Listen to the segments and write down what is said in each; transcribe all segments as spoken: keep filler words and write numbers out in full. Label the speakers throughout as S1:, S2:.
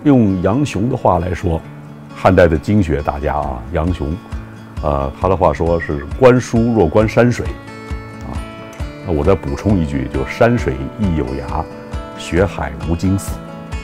S1: 用杨雄的话来说，汉代的经学大家啊，杨雄，呃，他的话说是观书若观山水，啊，那我再补充一句，就山水亦有涯，学海无惊死。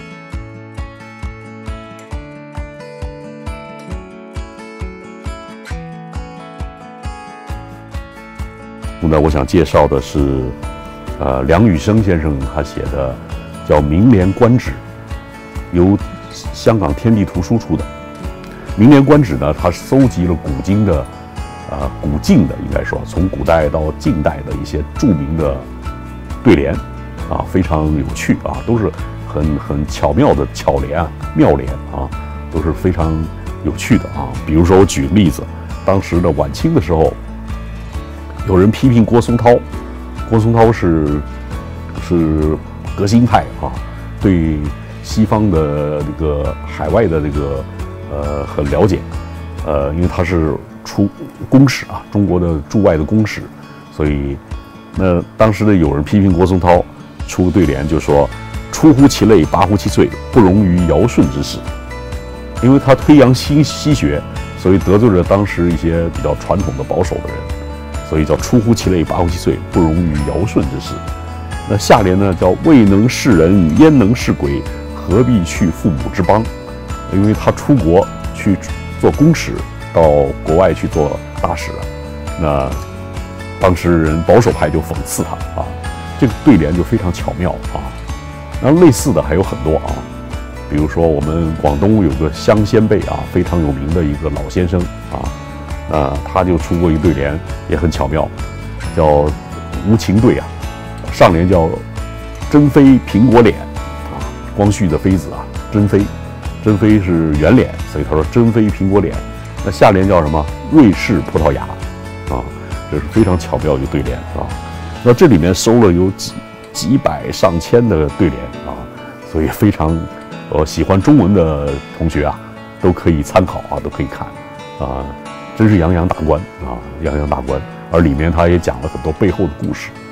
S1: 现在我想介绍的是，呃，梁羽生先生他写的叫《明廉观止》，由香港天地图书出的。《明廉观止》呢，它搜集了古今的，呃，古今的应该说从古代到近代的一些著名的对联，啊，非常有趣啊，都是很很巧妙的巧联啊、妙联啊，都是非常有趣的啊。比如说我举个例子，当时的晚清的时候。有人批评郭松涛，郭松涛是是革新派啊，对西方的这个海外的这个呃很了解，呃，因为他是出公使啊，中国的驻外的公使，所以那当时的有人批评郭松涛，出对联就说：“出乎其类，拔乎其萃，不容于尧舜之事。”因为他推扬西西学，所以得罪了当时一些比较传统的保守的人。所以叫出乎其类，拔乎其萃，不容于尧舜之事。那下联呢，叫未能事人，焉能事鬼？何必去父母之邦？因为他出国去做公使，到国外去做大使了。那当时人保守派就讽刺他啊，这个对联就非常巧妙啊。然后类似的还有很多啊，比如说我们广东有个乡先辈啊，非常有名的一个老先生啊。啊，他就出过一对联，也很巧妙，叫无情对啊。上联叫珍妃苹果脸啊，光绪的妃子啊，珍妃，珍妃是圆脸，所以他说珍妃苹果脸。那下联叫什么？瑞士葡萄牙啊，这是非常巧妙一个对联啊。那这里面收了有几几百上千的对联啊，所以非常，呃，喜欢中文的同学啊，都可以参考啊，都可以看啊。真是洋洋大观啊，洋洋大观，而里面他也讲了很多背后的故事。